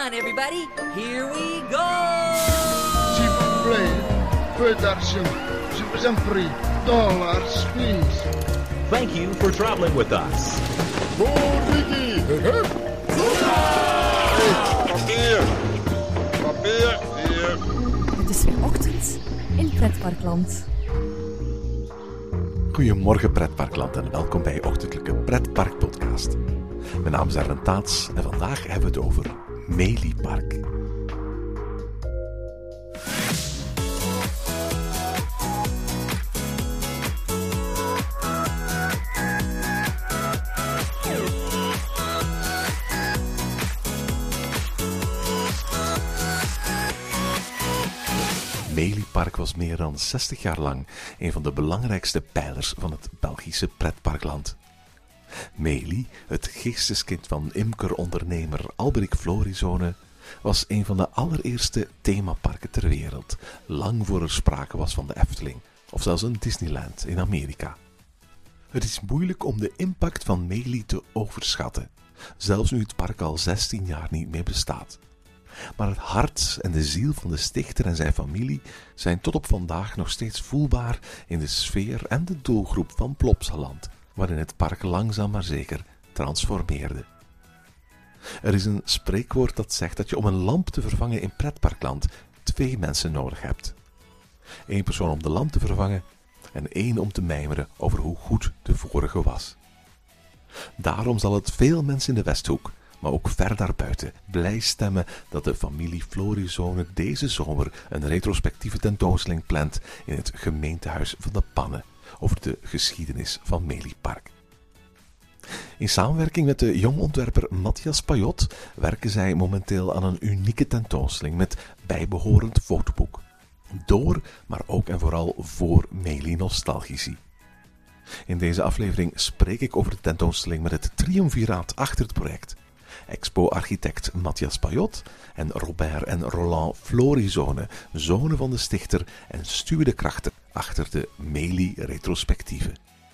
on, everybody. Here we go! S'il vous plaît, peu d'argent. Je vous en prie. Dollars, please. Thank you for traveling with us. Papier, hier. Het is weer ochtend in Pretparkland. Goedemorgen Pretparkland en welkom bij je ochtendelijke Pretparkpodcast. Mijn naam is Arne Taats en vandaag hebben we het over Meliepark. Meliepark was meer dan 60 jaar lang een van de belangrijkste pijlers van het Belgische pretparkland. Melie, het geesteskind van imker-ondernemer Alberic Florizone, was een van de allereerste themaparken ter wereld, lang voor er sprake was van de Efteling, of zelfs een Disneyland in Amerika. Het is moeilijk om de impact van Melie te overschatten, zelfs nu het park al 16 jaar niet meer bestaat. Maar het hart en de ziel van de stichter en zijn familie zijn tot op vandaag nog steeds voelbaar in de sfeer en de doelgroep van Plopsaland, waarin het park langzaam maar zeker transformeerde. Er is een spreekwoord dat zegt dat je om een lamp te vervangen in pretparkland 2 mensen nodig hebt. 1 persoon om de lamp te vervangen en 1 om te mijmeren over hoe goed de vorige was. Daarom zal het veel mensen in de Westhoek, maar ook ver daarbuiten, blij stemmen dat de familie Florizone deze zomer een retrospectieve tentoonstelling plant in het gemeentehuis van de Pannen over de geschiedenis van Meliepark. In samenwerking met de jongontwerper Matthias Payot werken zij momenteel aan een unieke tentoonstelling met bijbehorend fotoboek. Door, maar ook en vooral voor Melie-nostalgici. In deze aflevering spreek ik over de tentoonstelling met het triumviraat achter het project. Expo-architect Matthias Payot en Robert en Roland Florizone, zonen van de stichter en stuwende krachten achter de Melie-retrospectieve.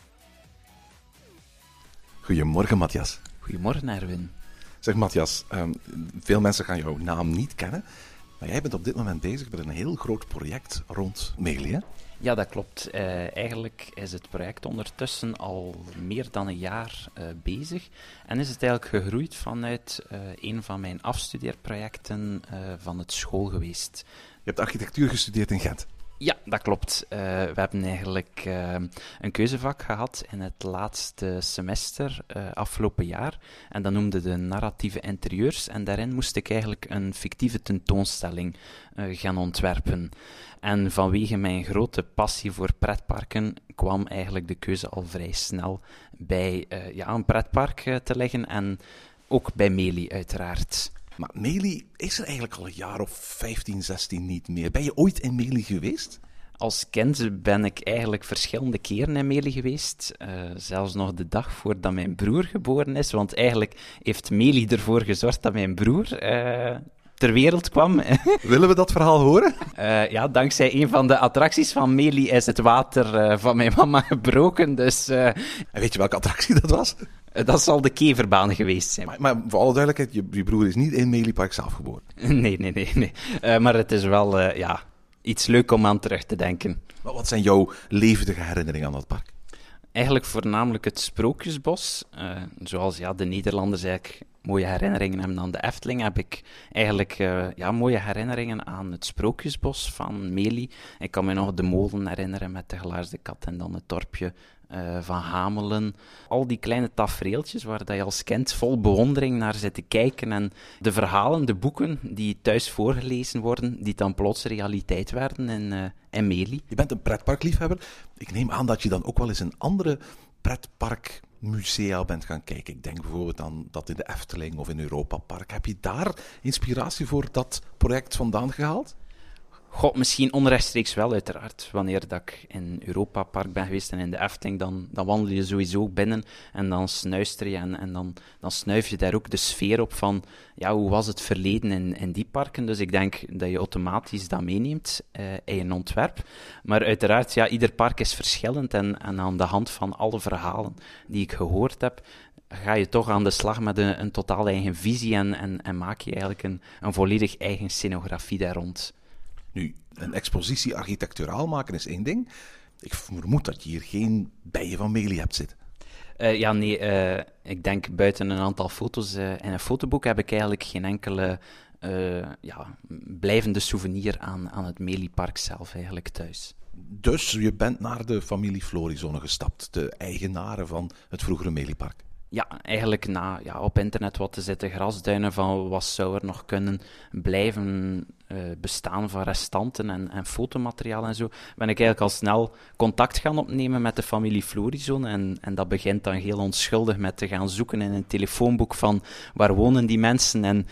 Goedemorgen, Matthias. Goedemorgen, Erwin. Zeg, Matthias, veel mensen gaan jouw naam niet kennen, maar jij bent op dit moment bezig met een heel groot project rond Melie, hè? Ja, dat klopt. Eigenlijk is het project ondertussen al meer dan een jaar bezig en is het eigenlijk gegroeid vanuit een van mijn afstudeerprojecten van het school geweest. Je hebt architectuur gestudeerd in Gent. Ja, dat klopt. We hebben eigenlijk een keuzevak gehad in het laatste semester afgelopen jaar. En dat noemde de narratieve interieurs. En daarin moest ik eigenlijk een fictieve tentoonstelling gaan ontwerpen. En vanwege mijn grote passie voor pretparken kwam eigenlijk de keuze al vrij snel bij een pretpark te leggen. En ook bij Melie uiteraard. Maar Melie is er eigenlijk al een jaar of 15, 16 niet meer. Ben je ooit in Melie geweest? Als kind ben ik eigenlijk verschillende keren in Melie geweest. Zelfs nog de dag voordat mijn broer geboren is. Want eigenlijk heeft Melie ervoor gezorgd dat mijn broer ter wereld kwam. Willen we dat verhaal horen? Ja, dankzij een van de attracties van Melie is het water van mijn mama gebroken. Dus, En weet je welke attractie dat was? Dat zal de keverbaan geweest zijn. Maar voor alle duidelijkheid, je broer is niet in Meliepark zelf geboren. Nee. Maar het is wel iets leuk om aan terug te denken. Maar wat zijn jouw levendige herinneringen aan dat park? Eigenlijk voornamelijk het Sprookjesbos. Zoals de Nederlanders eigenlijk mooie herinneringen hebben aan de Efteling, heb ik eigenlijk mooie herinneringen aan het Sprookjesbos van Melie. Ik kan me nog de molen herinneren met de Glaarse kat en dan het dorpje van Hamelen. Al die kleine tafereeltjes waar dat je als kind vol bewondering naar zit te kijken en de verhalen, de boeken die thuis voorgelezen worden, die dan plots realiteit werden in Melie. Je bent een pretparkliefhebber. Ik neem aan dat je dan ook wel eens een andere pretparkmusea bent gaan kijken. Ik denk bijvoorbeeld aan dat in de Efteling of in Europa Park. Heb je daar inspiratie voor dat project vandaan gehaald? God, misschien onrechtstreeks wel, uiteraard. Wanneer dat ik in Europa Park ben geweest en in de Efteling, dan wandel je sowieso binnen en dan snuister je en dan snuif je daar ook de sfeer op van, hoe was het verleden in die parken. Dus ik denk dat je automatisch dat meeneemt in een ontwerp. Maar uiteraard, ieder park is verschillend en aan de hand van alle verhalen die ik gehoord heb, ga je toch aan de slag met een totaal eigen visie en maak je eigenlijk een volledig eigen scenografie daar rond. Nu, een expositie architecturaal maken is één ding. Ik vermoed dat je hier geen bijen van Meli hebt zitten. Ik denk buiten een aantal foto's en een fotoboek heb ik eigenlijk geen enkele blijvende souvenir aan het Meli-park zelf eigenlijk thuis. Dus je bent naar de familie Florizone gestapt, de eigenaren van het vroegere Meli-park. Ja, eigenlijk na op internet wat te zitten grasduinen van wat zou er nog kunnen blijven bestaan van restanten en fotomateriaal en zo, ben ik eigenlijk al snel contact gaan opnemen met de familie Florizone en dat begint dan heel onschuldig met te gaan zoeken in een telefoonboek van waar wonen die mensen en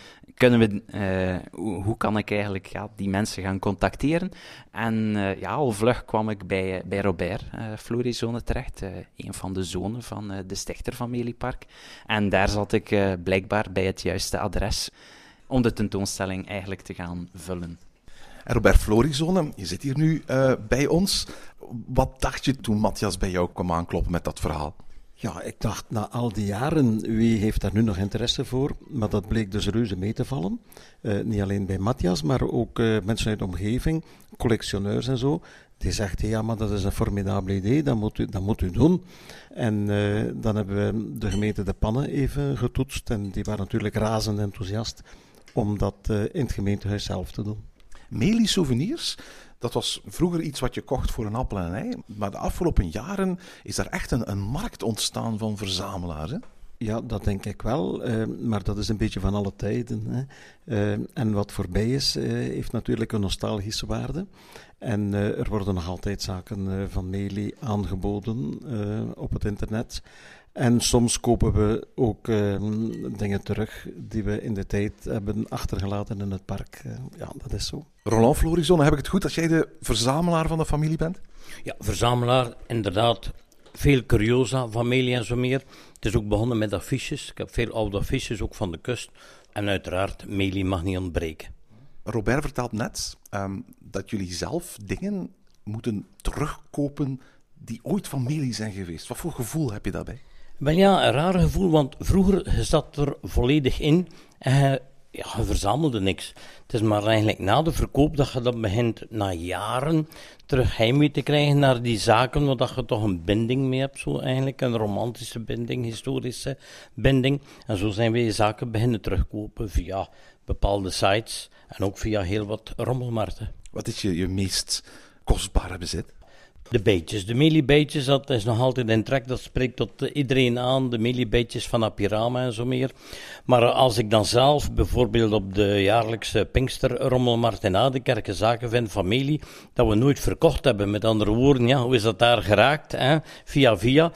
hoe kan ik eigenlijk die mensen gaan contacteren? En al vlug kwam ik bij Robert Florizone terecht, een van de zonen van de stichter van Meli-park. En daar zat ik blijkbaar bij het juiste adres om de tentoonstelling eigenlijk te gaan vullen. En Robert Florizone, je zit hier nu bij ons. Wat dacht je toen Matthias bij jou kwam aankloppen met dat verhaal? Ja, ik dacht, na al die jaren, wie heeft daar nu nog interesse voor? Maar dat bleek dus reuze mee te vallen. Niet alleen bij Matthias, maar ook mensen uit de omgeving, collectioneurs en zo. Die zegt, ja, maar dat is een formidabel idee, dat moet u doen. En dan hebben we de gemeente De Pannen even getoetst. En die waren natuurlijk razend enthousiast om dat in het gemeentehuis zelf te doen. Meli souvenirs, dat was vroeger iets wat je kocht voor een appel en een ei. Maar de afgelopen jaren is daar echt een markt ontstaan van verzamelaars, hè? Ja, dat denk ik wel, maar dat is een beetje van alle tijden. Hè. En wat voorbij is, heeft natuurlijk een nostalgische waarde. En er worden nog altijd zaken van Meli aangeboden op het internet. En soms kopen we ook dingen terug die we in de tijd hebben achtergelaten in het park. Ja, dat is zo. Roland Florizone, heb ik het goed dat jij de verzamelaar van de familie bent? Ja, verzamelaar, inderdaad. Veel curiosa van Meli en zo meer. Het is ook begonnen met affiches. Ik heb veel oude affiches, ook van de kust. En uiteraard, Meli mag niet ontbreken. Robert vertelt net dat jullie zelf dingen moeten terugkopen die ooit van Meli zijn geweest. Wat voor gevoel heb je daarbij? Wel ja, een raar gevoel, want vroeger zat er volledig in en je verzamelde niks. Het is maar eigenlijk na de verkoop dat je dat begint na jaren terug heimwee te krijgen naar die zaken, waar je toch een binding mee hebt, zo eigenlijk, een romantische binding, historische binding. En zo zijn wij zaken beginnen terugkopen via bepaalde sites en ook via heel wat rommelmarkten. Wat is je meest kostbare bezit? De beetjes, de Meli-beetjes, dat is nog altijd in trek, dat spreekt tot iedereen aan, de Meli-beetjes van Apirama en zo meer. Maar als ik dan zelf bijvoorbeeld op de jaarlijkse Pinksterrommelmarkt in Adekerke zaken vind van Meli, dat we nooit verkocht hebben, met andere woorden, ja, hoe is dat daar geraakt, hè? Via.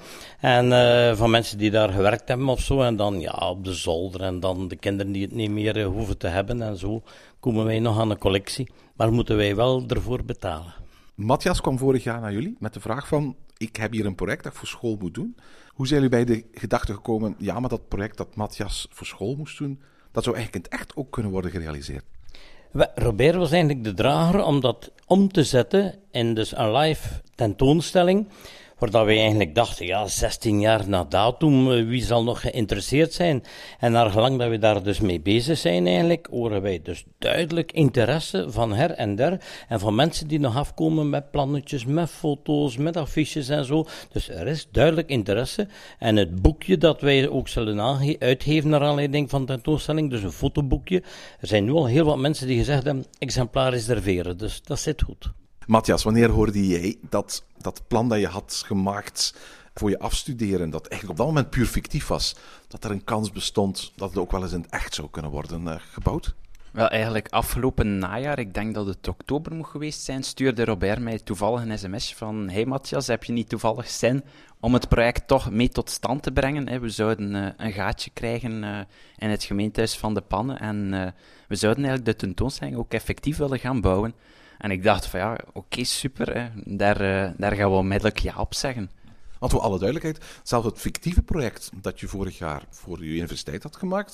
En van mensen die daar gewerkt hebben of zo, en dan ja, op de zolder, en dan de kinderen die het niet meer hoeven te hebben, en zo komen wij nog aan een collectie, maar moeten wij wel ervoor betalen. Matthias kwam vorig jaar naar jullie met de vraag van, ik heb hier een project dat ik voor school moet doen. Hoe zijn jullie bij de gedachte gekomen, ja, maar dat project dat Matthias voor school moest doen, dat zou eigenlijk in het echt ook kunnen worden gerealiseerd? Robert was eigenlijk de drager om dat om te zetten in dus een live tentoonstelling, waar dat wij eigenlijk dachten, ja, 16 jaar na datum, wie zal nog geïnteresseerd zijn? En naar gelang dat we daar dus mee bezig zijn eigenlijk, horen wij dus duidelijk interesse van her en der, en van mensen die nog afkomen met plannetjes, met foto's, met affiches en zo. Dus er is duidelijk interesse. En het boekje dat wij ook zullen uitgeven naar aanleiding van de tentoonstelling, dus een fotoboekje, er zijn nu al heel wat mensen die gezegd hebben, exemplaar reserveren, dus dat zit goed. Matthias, wanneer hoorde jij dat plan dat je had gemaakt voor je afstuderen, dat eigenlijk op dat moment puur fictief was, dat er een kans bestond dat het ook wel eens in het echt zou kunnen worden gebouwd? Wel, eigenlijk afgelopen najaar, ik denk dat het oktober moet geweest zijn, stuurde Robert mij toevallig een sms van, hey Matthias, heb je niet toevallig zin om het project toch mee tot stand te brengen? We zouden een gaatje krijgen in het gemeentehuis van De Pannen en we zouden eigenlijk de tentoonstelling ook effectief willen gaan bouwen. En ik dacht van ja, oké, super, hè. Daar gaan we onmiddellijk ja op zeggen. Want voor alle duidelijkheid, zelfs het fictieve project dat je vorig jaar voor je universiteit had gemaakt,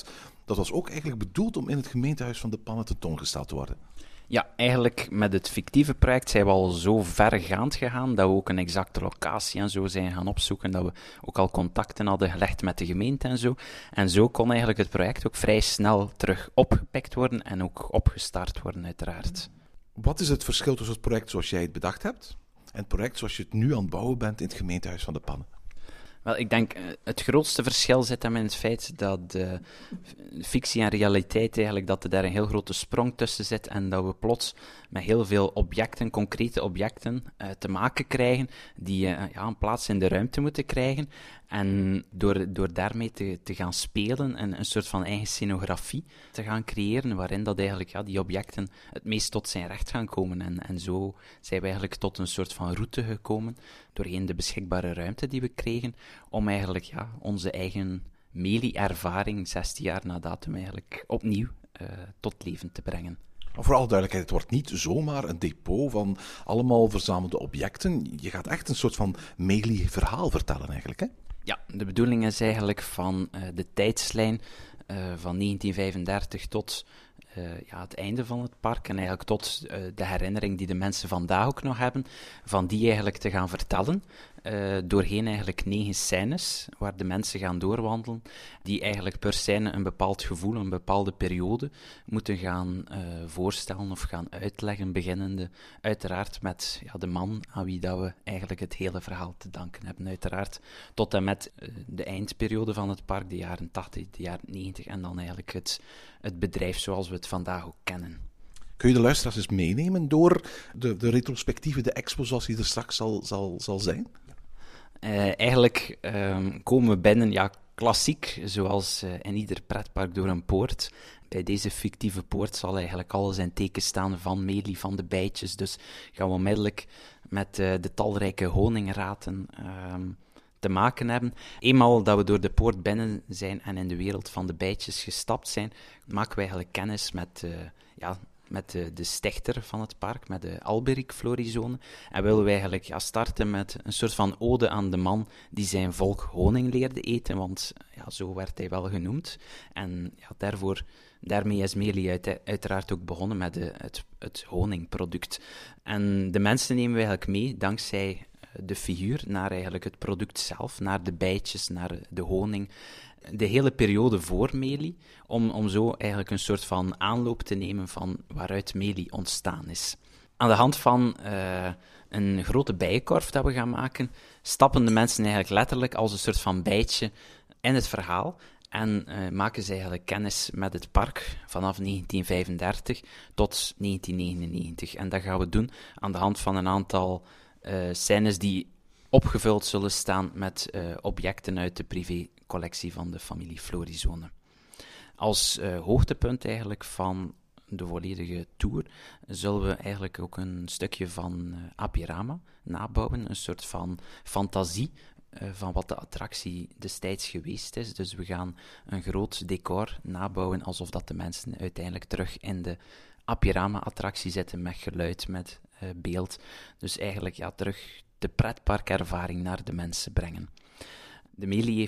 dat was ook eigenlijk bedoeld om in het gemeentehuis van De Pannen tentoongesteld te worden. Ja, eigenlijk met het fictieve project zijn we al zo vergaand gegaan dat we ook een exacte locatie en zo zijn gaan opzoeken, dat we ook al contacten hadden gelegd met de gemeente en zo. En zo kon eigenlijk het project ook vrij snel terug opgepikt worden en ook opgestart worden, uiteraard. Wat is het verschil tussen het project zoals jij het bedacht hebt en het project zoals je het nu aan het bouwen bent in het gemeentehuis van De Pannen? Wel, ik denk het grootste verschil zit hem in het feit dat fictie en realiteit eigenlijk, dat er daar een heel grote sprong tussen zit en dat we plots met heel veel objecten, concrete objecten, te maken krijgen die een plaats in de ruimte moeten krijgen. En door daarmee te gaan spelen en een soort van eigen scenografie te gaan creëren, waarin dat eigenlijk die objecten het meest tot zijn recht gaan komen. En zo zijn we eigenlijk tot een soort van route gekomen, doorheen de beschikbare ruimte die we kregen, om eigenlijk onze eigen Meli-ervaring, 16 jaar na datum, eigenlijk opnieuw tot leven te brengen. Voor alle duidelijkheid, het wordt niet zomaar een depot van allemaal verzamelde objecten. Je gaat echt een soort van Meli-verhaal vertellen eigenlijk, hè? Ja, de bedoeling is eigenlijk van de tijdslijn van 1935 tot het einde van het park en eigenlijk tot de herinnering die de mensen vandaag ook nog hebben, van die eigenlijk te gaan vertellen, doorheen eigenlijk 9 scènes, waar de mensen gaan doorwandelen, die eigenlijk per scène een bepaald gevoel, een bepaalde periode moeten gaan voorstellen of gaan uitleggen, beginnende uiteraard met de man aan wie dat we eigenlijk het hele verhaal te danken hebben, uiteraard, tot en met de eindperiode van het park, de jaren 80, de jaren 90, en dan eigenlijk het bedrijf zoals we het vandaag ook kennen. Kun je de luisteraars eens meenemen door de retrospectieve, de expo zoals die er straks zal zijn? Eigenlijk komen we binnen, klassiek, zoals in ieder pretpark door een poort. Bij deze fictieve poort zal eigenlijk alles in teken staan van Meli, van de bijtjes. Dus gaan we onmiddellijk met de talrijke honingraten te maken hebben. Eenmaal dat we door de poort binnen zijn en in de wereld van de bijtjes gestapt zijn, maken we eigenlijk kennis met de stichter van het park, met de Alberic Florizone. En willen we eigenlijk starten met een soort van ode aan de man die zijn volk honing leerde eten, want zo werd hij wel genoemd. En daarmee is Meli uiteraard ook begonnen met het honingproduct. En de mensen nemen we eigenlijk mee, dankzij de figuur, naar eigenlijk het product zelf, naar de bijtjes, naar de honing, de hele periode voor Meli, om zo eigenlijk een soort van aanloop te nemen van waaruit Meli ontstaan is. Aan de hand van een grote bijenkorf dat we gaan maken, stappen de mensen eigenlijk letterlijk als een soort van bijtje in het verhaal en maken ze eigenlijk kennis met het park vanaf 1935 tot 1999. En dat gaan we doen aan de hand van een aantal scènes die opgevuld zullen staan met objecten uit de privécollectie van de familie Florizone. Als hoogtepunt eigenlijk van de volledige tour zullen we eigenlijk ook een stukje van Apirama nabouwen, een soort van fantasie van wat de attractie destijds geweest is. Dus we gaan een groot decor nabouwen alsof dat de mensen uiteindelijk terug in de Apirama-attractie zitten, met geluid, met beeld. Dus eigenlijk terug de pretparkervaring naar de mensen brengen. De Meli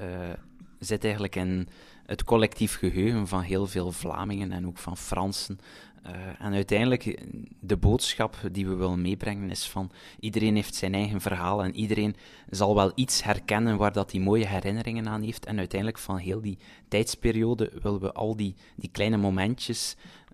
zit eigenlijk in het collectief geheugen van heel veel Vlamingen en ook van Fransen. En uiteindelijk, de boodschap die we willen meebrengen is van iedereen heeft zijn eigen verhaal en iedereen zal wel iets herkennen waar dat hij mooie herinneringen aan heeft. En uiteindelijk van heel die tijdsperiode willen we al die kleine momentjes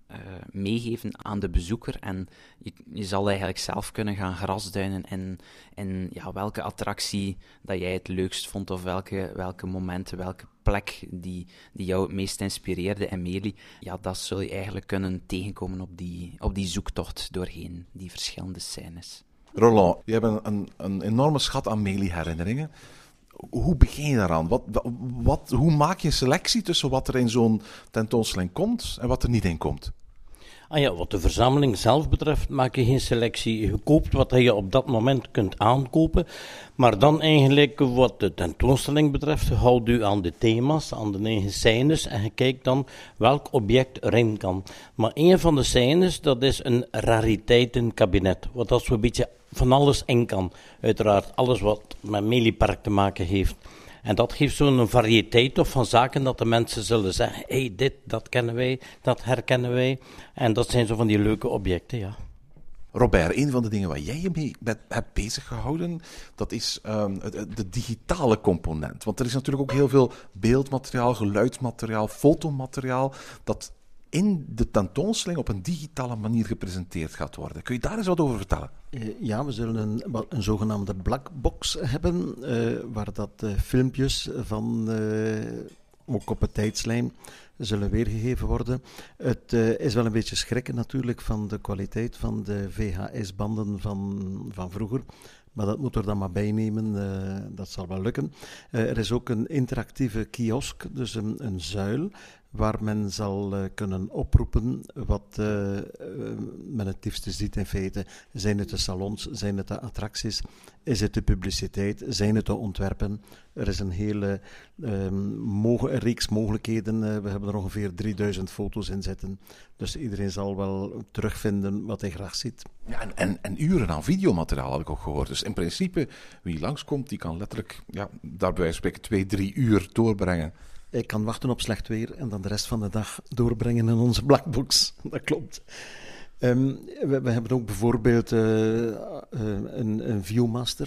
meegeven aan de bezoeker. En je zal eigenlijk zelf kunnen gaan grasduinen in welke attractie dat jij het leukst vond, of welke momenten, welke plek die jou het meest inspireerde in Meli. Ja, dat zul je eigenlijk kunnen tegenkomen op die zoektocht doorheen die verschillende scènes. Roland, je hebt een enorme schat aan Meli-herinneringen. Hoe begin je daaraan? Hoe maak je een selectie tussen wat er in zo'n tentoonstelling komt en wat er niet in komt? Wat de verzameling zelf betreft maak je geen selectie. Je koopt wat je op dat moment kunt aankopen. Maar dan eigenlijk wat de tentoonstelling betreft, houd u aan de thema's, aan de 9 scènes en je kijkt dan welk object erin kan. Maar een van de scènes, dat is een rariteitenkabinet. Wat als we een beetje van alles in kan. Uiteraard alles wat met Meli Park te maken heeft. En dat geeft zo'n variëteit of van zaken dat de mensen zullen zeggen, hey, dit, dat kennen wij, dat herkennen wij. En dat zijn zo van die leuke objecten, ja. Robert, een van de dingen waar jij je mee hebt bezig gehouden, dat is de digitale component. Want er is natuurlijk ook heel veel beeldmateriaal, geluidsmateriaal, fotomateriaal, dat in de tentoonstelling op een digitale manier gepresenteerd gaat worden. Kun je daar eens wat over vertellen? Ja, we zullen een zogenaamde blackbox hebben, waar dat filmpjes van, ook op een tijdslijn, zullen weergegeven worden. Het is wel een beetje schrikken natuurlijk van de kwaliteit van de VHS-banden van vroeger. Maar dat moet er dan maar bij nemen, dat zal wel lukken. Er is ook een interactieve kiosk, dus een zuil, waar men zal kunnen oproepen wat men het liefste ziet in feite. Zijn het de salons, zijn het de attracties, is het de publiciteit, zijn het de ontwerpen. Er is een hele reeks mogelijkheden. We hebben er ongeveer 3000 foto's in zitten. Dus iedereen zal wel terugvinden wat hij graag ziet. Ja, en uren aan videomateriaal had ik ook gehoord. Dus in principe, wie langskomt, die kan letterlijk, ja, daar bij wijze van spreken 2-3 uur doorbrengen. Ik kan wachten op slecht weer en dan de rest van de dag doorbrengen in onze blackbox. Dat klopt. We hebben ook bijvoorbeeld een Viewmaster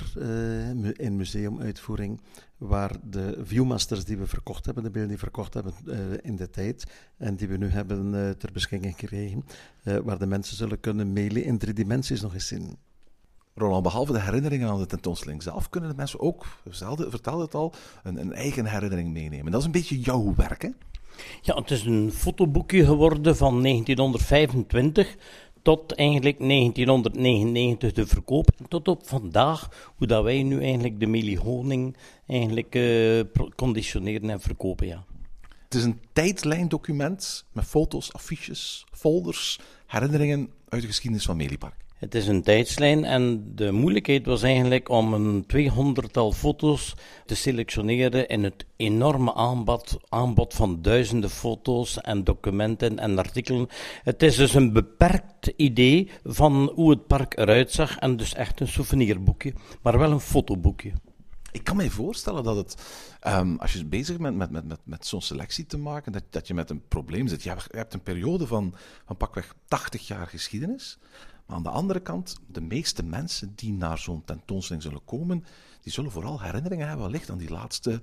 in museumuitvoering, waar de Viewmasters die we verkocht hebben, de beelden die we verkocht hebben in de tijd en die we nu hebben ter beschikking gekregen, waar de mensen zullen kunnen mailen in 3 dimensies nog eens zien. Roland, behalve de herinneringen aan de tentoonstelling zelf, kunnen de mensen ook, vertelde het al, een eigen herinnering meenemen. Dat is een beetje jouw werk, hè? Ja, het is een fotoboekje geworden van 1925 tot eigenlijk 1999 de verkoop. En tot op vandaag, hoe dat wij nu eigenlijk de Mélie Honing eigenlijk conditioneren en verkopen, ja. Het is een tijdlijndocument met foto's, affiches, folders, herinneringen uit de geschiedenis van Meliepark. Het is een tijdslijn en de moeilijkheid was eigenlijk om een 200-tal foto's te selectioneren in het enorme aanbod van duizenden foto's en documenten en artikelen. Het is dus een beperkt idee van hoe het park eruit zag en dus echt een souvenirboekje, maar wel een fotoboekje. Ik kan me voorstellen dat het, als je bezig bent met zo'n selectie te maken, dat je met een probleem zit. Je hebt een periode van pakweg 80 jaar geschiedenis. Maar aan de andere kant, de meeste mensen die naar zo'n tentoonstelling zullen komen, die zullen vooral herinneringen hebben wellicht aan die laatste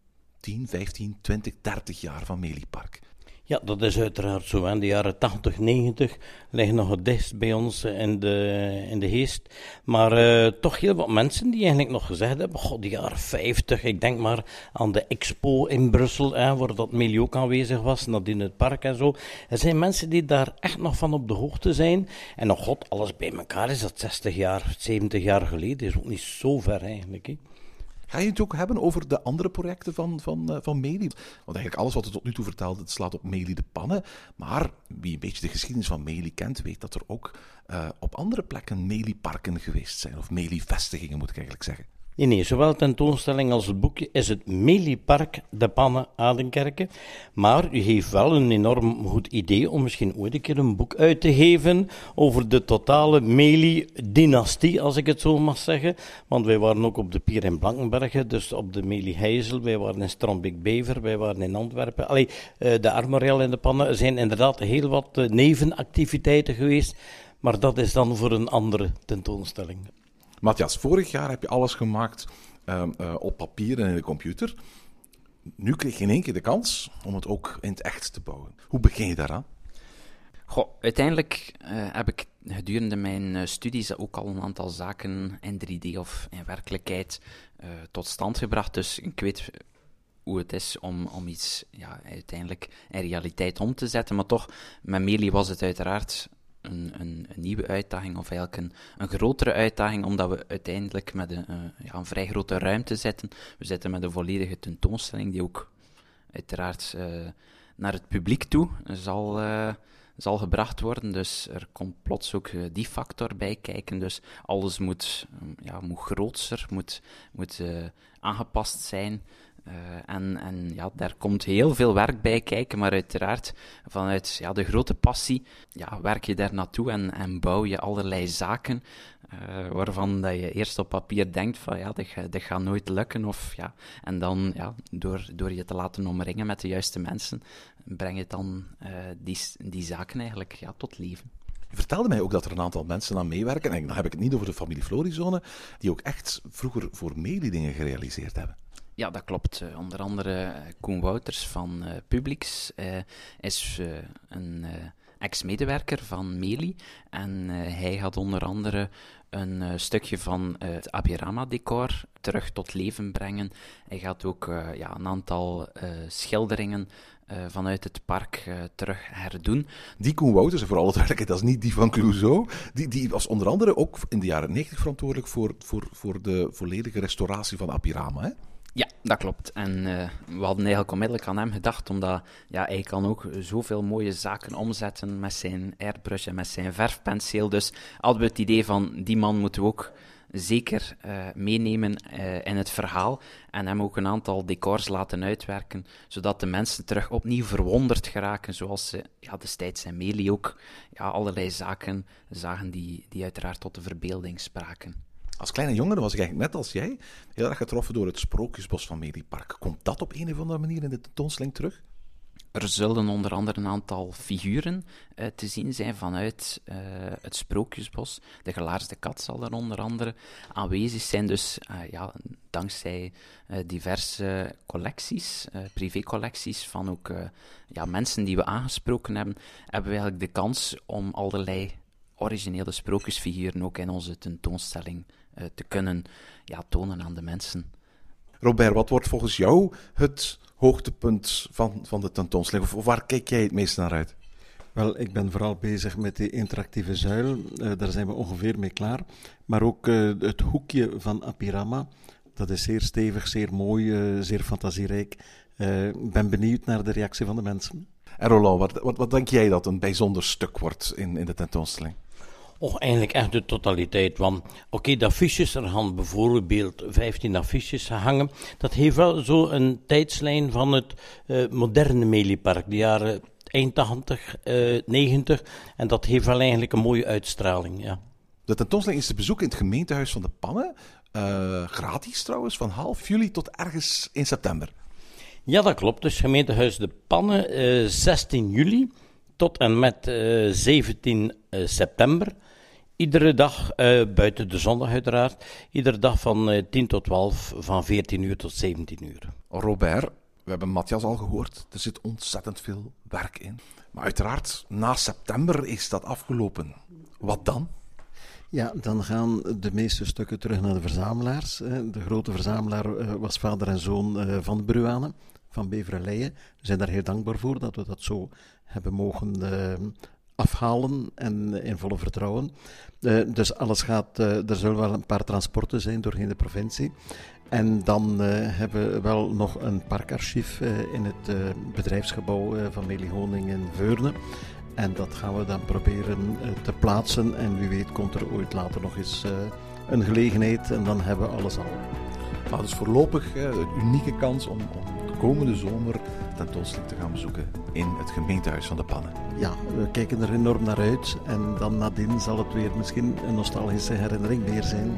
10, 15, 20, 30 jaar van Meliepark. Ja, dat is uiteraard zo. In de jaren 80, 90 liggen nog het dichtst bij ons in de geest. Maar toch heel wat mensen die eigenlijk nog gezegd hebben, god, de jaren 50, ik denk maar aan de expo in Brussel, waar dat Mélie ook aanwezig was, nadien het park en zo. Er zijn mensen die daar echt nog van op de hoogte zijn. En nog god, alles bij elkaar is dat 60 jaar, 70 jaar geleden. Is ook niet zo ver eigenlijk, hè. Ga je het ook hebben over de andere projecten van Mélie? Want eigenlijk alles wat we tot nu toe vertelde, het slaat op Mélie de Pannen. Maar wie een beetje de geschiedenis van Mélie kent, weet dat er ook op andere plekken Melieparken geweest zijn. Of Mélie-vestigingen, moet ik eigenlijk zeggen. Nee, zowel de tentoonstelling als het boekje is het Meliepark de Pannen Adenkerke. Maar u heeft wel een enorm goed idee om misschien ooit een keer een boek uit te geven over de totale Mélie-dynastie, als ik het zo mag zeggen. Want wij waren ook op de Pier in Blankenberge, dus op de Mélie-Heizel. Wij waren in Strandbeek-Bever, wij waren in Antwerpen. De Armorial in de Pannen. Er zijn inderdaad heel wat nevenactiviteiten geweest, maar dat is dan voor een andere tentoonstelling. Matthias, vorig jaar heb je alles gemaakt op papier en in de computer. Nu kreeg je in één keer de kans om het ook in het echt te bouwen. Hoe begin je daaraan? Goh, uiteindelijk heb ik gedurende mijn studies ook al een aantal zaken in 3D of in werkelijkheid tot stand gebracht. Dus ik weet hoe het is om iets uiteindelijk in realiteit om te zetten. Maar toch, met Mélie was het uiteraard een nieuwe uitdaging, of eigenlijk een grotere uitdaging, omdat we uiteindelijk met een vrij grote ruimte zitten. We zitten met een volledige tentoonstelling die ook uiteraard naar het publiek toe zal gebracht worden. Dus er komt plots ook die factor bij kijken. Dus alles moet grootser, moet aangepast zijn. En ja, daar komt heel veel werk bij kijken, maar uiteraard vanuit de grote passie werk je daar naartoe en bouw je allerlei zaken waarvan dat je eerst op papier denkt van dit gaat nooit lukken. En dan door je te laten omringen met de juiste mensen, breng je dan die zaken eigenlijk tot leven. Je vertelde mij ook dat er een aantal mensen aan meewerken, en dan heb ik het niet over de familie Florizone, die ook echt vroeger voor Meli dingen gerealiseerd hebben. Ja, dat klopt. Onder andere Koen Wouters van Publix is een ex-medewerker van Meli. En hij gaat onder andere een stukje van het Abirama-decor terug tot leven brengen. Hij gaat ook een aantal schilderingen vanuit het park terug herdoen. Die Koen Wouters, en voor alle duidelijkheid, dat is niet die van Clouseau. Die was onder andere ook in de jaren 90 verantwoordelijk voor de volledige restauratie van Abirama, hè? Ja, dat klopt. En we hadden eigenlijk onmiddellijk aan hem gedacht, omdat hij kan ook zoveel mooie zaken omzetten met zijn airbrush en met zijn verfpenseel. Dus hadden we het idee van, die man moeten we ook zeker meenemen in het verhaal en hem ook een aantal decors laten uitwerken, zodat de mensen terug opnieuw verwonderd geraken, zoals ze destijds in Meli ook allerlei zaken zagen die uiteraard tot de verbeelding spraken. Als kleine jongen was ik eigenlijk net als jij heel erg getroffen door het Sprookjesbos van Meli Park. Komt dat op een of andere manier in de tentoonstelling terug? Er zullen onder andere een aantal figuren te zien zijn vanuit het Sprookjesbos. De gelaarsde kat zal er onder andere aanwezig zijn. Dus dankzij diverse collecties, privécollecties van ook mensen die we aangesproken hebben, hebben we eigenlijk de kans om allerlei originele sprookjesfiguren ook in onze tentoonstelling te kunnen tonen aan de mensen. Robert, wat wordt volgens jou het hoogtepunt van de tentoonstelling? Of waar kijk jij het meest naar uit? Wel, ik ben vooral bezig met die interactieve zuil. Daar zijn we ongeveer mee klaar. Maar ook het hoekje van Abirama. Dat is zeer stevig, zeer mooi, zeer fantasierijk. Ik ben benieuwd naar de reactie van de mensen. En Roland, wat denk jij dat een bijzonder stuk wordt in de tentoonstelling? Eigenlijk echt de totaliteit. Want de affiches, er gaan bijvoorbeeld 15 affiches hangen. Dat heeft wel zo een tijdslijn van het moderne Meli Park, de jaren eind 80, 90. En dat heeft wel eigenlijk een mooie uitstraling, ja. De tentoonstelling is te bezoeken in het gemeentehuis van de Pannen. Gratis trouwens, van half juli tot ergens in september. Ja, dat klopt. Dus gemeentehuis De Pannen, 16 juli tot en met 17 september. Iedere dag, buiten de zondag uiteraard, iedere dag van 10 tot 12, van 14 uur tot 17 uur. Robert, we hebben Matthias al gehoord, er zit ontzettend veel werk in. Maar uiteraard, na september is dat afgelopen. Wat dan? Ja, dan gaan de meeste stukken terug naar de verzamelaars. De grote verzamelaar was vader en zoon van de Bruanen, van Beverleyen. We zijn daar heel dankbaar voor dat we dat zo hebben mogen afhalen en in volle vertrouwen. Dus alles gaat, er zullen wel een paar transporten zijn doorheen de provincie. En dan hebben we wel nog een parkarchief in het bedrijfsgebouw van Meli Honing in Veurne. En dat gaan we dan proberen te plaatsen. En wie weet komt er ooit later nog eens een gelegenheid en dan hebben we alles al. Maar dus voorlopig een unieke kans om de komende zomer tentoonstelling te gaan bezoeken in het gemeentehuis van de Pannen. Ja, we kijken er enorm naar uit. En dan nadien zal het weer misschien een nostalgische herinnering meer zijn.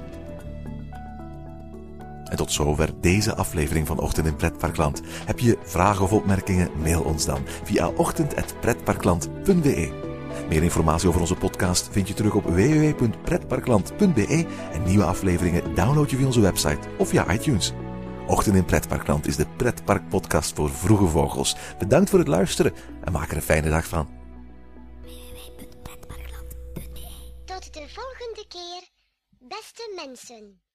En tot zover deze aflevering van Ochtend in Pretparkland. Heb je vragen of opmerkingen? Mail ons dan via ochtend@pretparkland.be. Meer informatie over onze podcast vind je terug op www.pretparkland.be en nieuwe afleveringen download je via onze website of via iTunes. Ochtend in Pretparkland is de pretparkpodcast voor vroege vogels. Bedankt voor het luisteren en maak er een fijne dag van. Tot de volgende keer, beste mensen.